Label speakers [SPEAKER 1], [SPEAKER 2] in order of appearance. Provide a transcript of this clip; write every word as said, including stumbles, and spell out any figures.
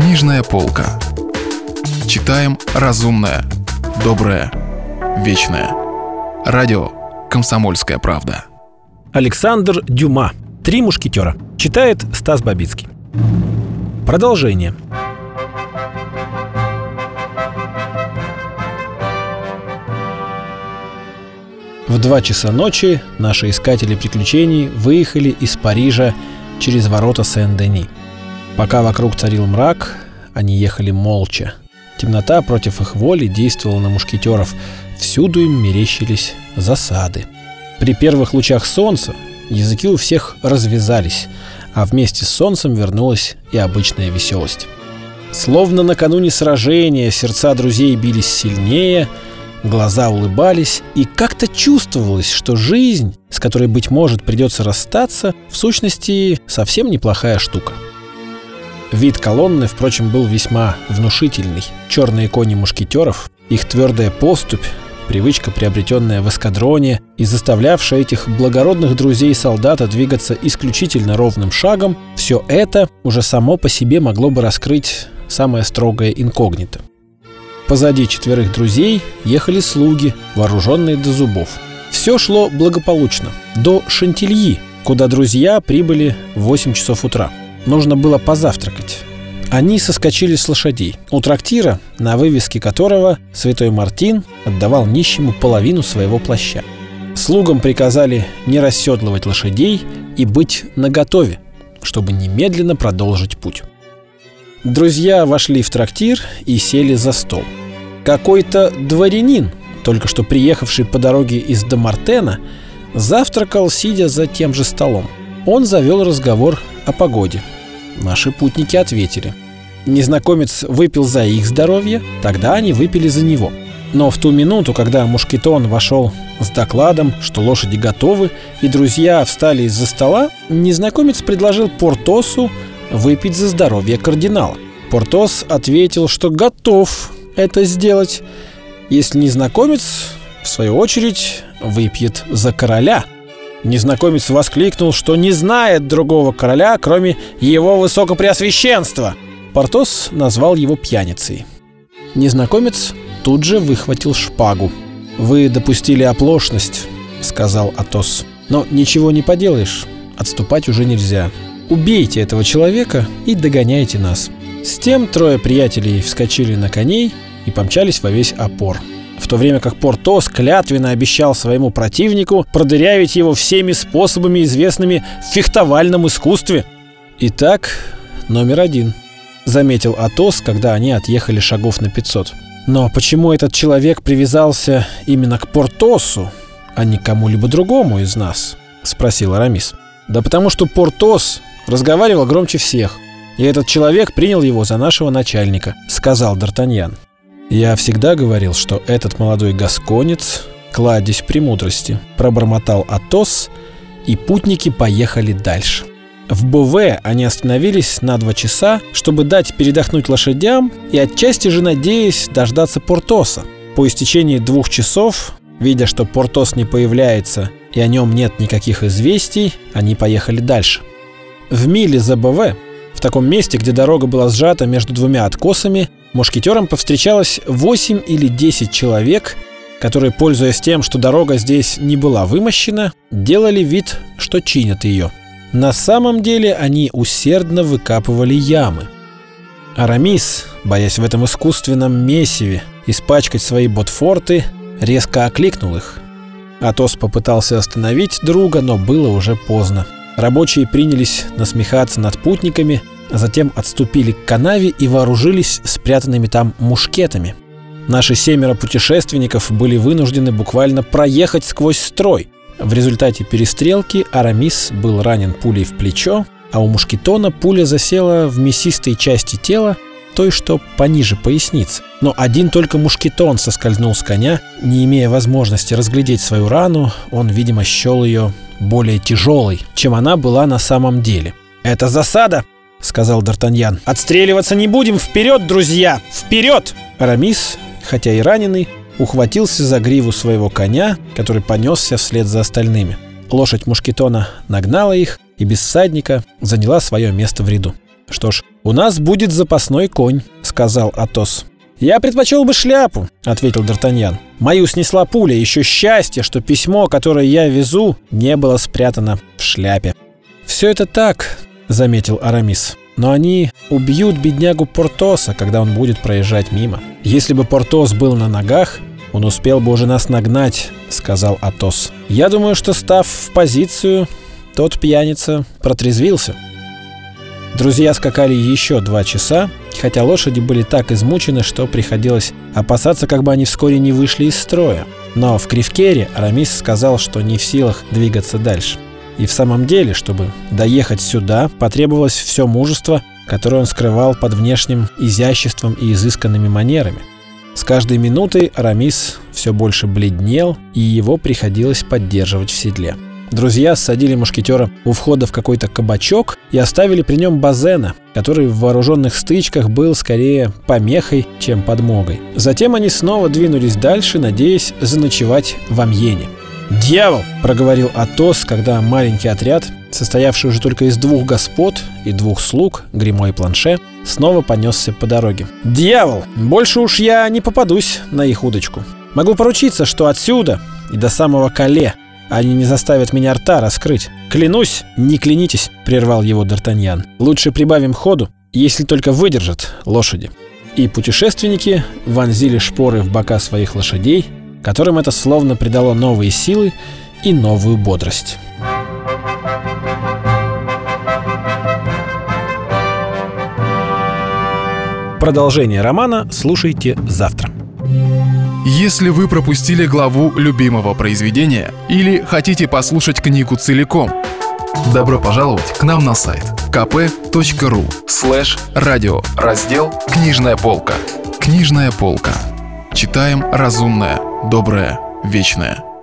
[SPEAKER 1] Книжная полка. Читаем разумное, доброе, вечное. Радио «Комсомольская правда».
[SPEAKER 2] Александр Дюма. «Три мушкетера». Читает Стас Бабицкий. Продолжение. В два часа ночи наши искатели приключений выехали из Парижа через ворота Сен-Дени. Пока вокруг царил мрак, они ехали молча. Темнота против их воли действовала на мушкетеров. Всюду им мерещились засады. При первых лучах солнца языки у всех развязались, а вместе с солнцем вернулась и обычная веселость. Словно накануне сражения сердца друзей бились сильнее, глаза улыбались, и как-то чувствовалось, что жизнь, с которой, быть может, придется расстаться, в сущности, совсем неплохая штука. Вид колонны, впрочем, был весьма внушительный. Черные кони мушкетеров, их твердая поступь, привычка, приобретенная в эскадроне и заставлявшая этих благородных друзей солдата двигаться исключительно ровным шагом, все это уже само по себе могло бы раскрыть самое строгое инкогнито. Позади четверых друзей ехали слуги, вооруженные до зубов. Все шло благополучно, до Шантильи, куда друзья прибыли в восемь часов утра. Нужно было позавтракать. Они соскочили с лошадей, у трактира, на вывеске которого святой Мартин отдавал нищему половину своего плаща. Слугам приказали не расседлывать лошадей и быть наготове, чтобы немедленно продолжить путь. Друзья вошли в трактир и сели за стол. Какой-то дворянин, только что приехавший по дороге из Домартена, завтракал, сидя за тем же столом. Он завел разговор о погоде. Наши путники ответили. Незнакомец выпил за их здоровье, тогда они выпили за него. Но в ту минуту, когда мушкетон вошел с докладом, что лошади готовы, и друзья встали из-за стола, незнакомец предложил Портосу выпить за здоровье кардинала. Портос ответил, что готов это сделать, если незнакомец, в свою очередь, выпьет за короля. Незнакомец воскликнул, что не знает другого короля, кроме его высокопреосвященства. Портос назвал его пьяницей. Незнакомец тут же выхватил шпагу. «Вы допустили оплошность», — сказал Атос. «Но ничего не поделаешь, отступать уже нельзя. Убейте этого человека и догоняйте нас». С тем трое приятелей вскочили на коней и помчались во весь опор, в то время как Портос клятвенно обещал своему противнику продырявить его всеми способами, известными в фехтовальном искусстве. «Итак, номер один», — заметил Атос, когда они отъехали шагов на пятьсот. «Но почему этот человек привязался именно к Портосу, а не к кому-либо другому из нас?» — спросил Арамис. «Да потому что Портос разговаривал громче всех, и этот человек принял его за нашего начальника», — сказал Д'Артаньян. «Я всегда говорил, что этот молодой гасконец — кладезь премудрости», — пробормотал Атос, и путники поехали дальше. В Бове они остановились на два часа, чтобы дать передохнуть лошадям и отчасти же надеясь дождаться Портоса. По истечении двух часов, видя, что Портос не появляется и о нем нет никаких известий, они поехали дальше. В миле за Бове, в таком месте, где дорога была сжата между двумя откосами, мушкетерам повстречалось восемь или десять человек, которые, пользуясь тем, что дорога здесь не была вымощена, делали вид, что чинят ее. На самом деле они усердно выкапывали ямы. Арамис, боясь в этом искусственном месиве испачкать свои ботфорты, резко окликнул их. Атос попытался остановить друга, но было уже поздно. Рабочие принялись насмехаться над путниками, а затем отступили к канаве и вооружились спрятанными там мушкетами. Наши семеро путешественников были вынуждены буквально проехать сквозь строй. В результате перестрелки Арамис был ранен пулей в плечо, а у мушкетона пуля засела в мясистой части тела, той, что пониже поясницы. Но один только мушкетон соскользнул с коня, не имея возможности разглядеть свою рану, он, видимо, счел ее более тяжелой, чем она была на самом деле. «Это засада!» — сказал Д'Артаньян. «Отстреливаться не будем! Вперед, друзья! Вперед!» Арамис, хотя и раненый, ухватился за гриву своего коня, который понесся вслед за остальными. Лошадь мушкетона нагнала их и без всадника заняла свое место в ряду. «Что ж, у нас будет запасной конь», — сказал Атос. «Я предпочел бы шляпу», — ответил Д'Артаньян. «Мою снесла пуля, еще счастье, что письмо, которое я везу, не было спрятано в шляпе». «Все это так», — заметил Арамис. «Но они убьют беднягу Портоса, когда он будет проезжать мимо. Если бы Портос был на ногах, он успел бы уже нас нагнать», — сказал Атос. «Я думаю, что, став в позицию, тот пьяница протрезвился». Друзья скакали еще два часа, хотя лошади были так измучены, что приходилось опасаться, как бы они вскоре не вышли из строя. Но в Кривкере Арамис сказал, что не в силах двигаться дальше. И в самом деле, чтобы доехать сюда, потребовалось все мужество, которое он скрывал под внешним изяществом и изысканными манерами. С каждой минутой Арамис все больше бледнел, и его приходилось поддерживать в седле. Друзья ссадили мушкетера у входа в какой-то кабачок и оставили при нем Базена, который в вооруженных стычках был скорее помехой, чем подмогой. Затем они снова двинулись дальше, надеясь заночевать в Амьене. «Дьявол!» — проговорил Атос, когда маленький отряд, состоявший уже только из двух господ и двух слуг, Гримо и Планше, снова понесся по дороге. «Дьявол! Больше уж я не попадусь на их удочку. Могу поручиться, что отсюда и до самого Кале они не заставят меня рта раскрыть. Клянусь, не клянитесь», — прервал его Д'Артаньян. «Лучше прибавим ходу, если только выдержат лошади». И путешественники вонзили шпоры в бока своих лошадей, которым это словно придало новые силы и новую бодрость. Продолжение романа слушайте завтра.
[SPEAKER 1] Если вы пропустили главу любимого произведения или хотите послушать книгу целиком, добро пожаловать к нам на сайт ка пэ точка ру слэш радио, раздел «Книжная полка». Книжная полка. Читаем разумное, доброе, вечное.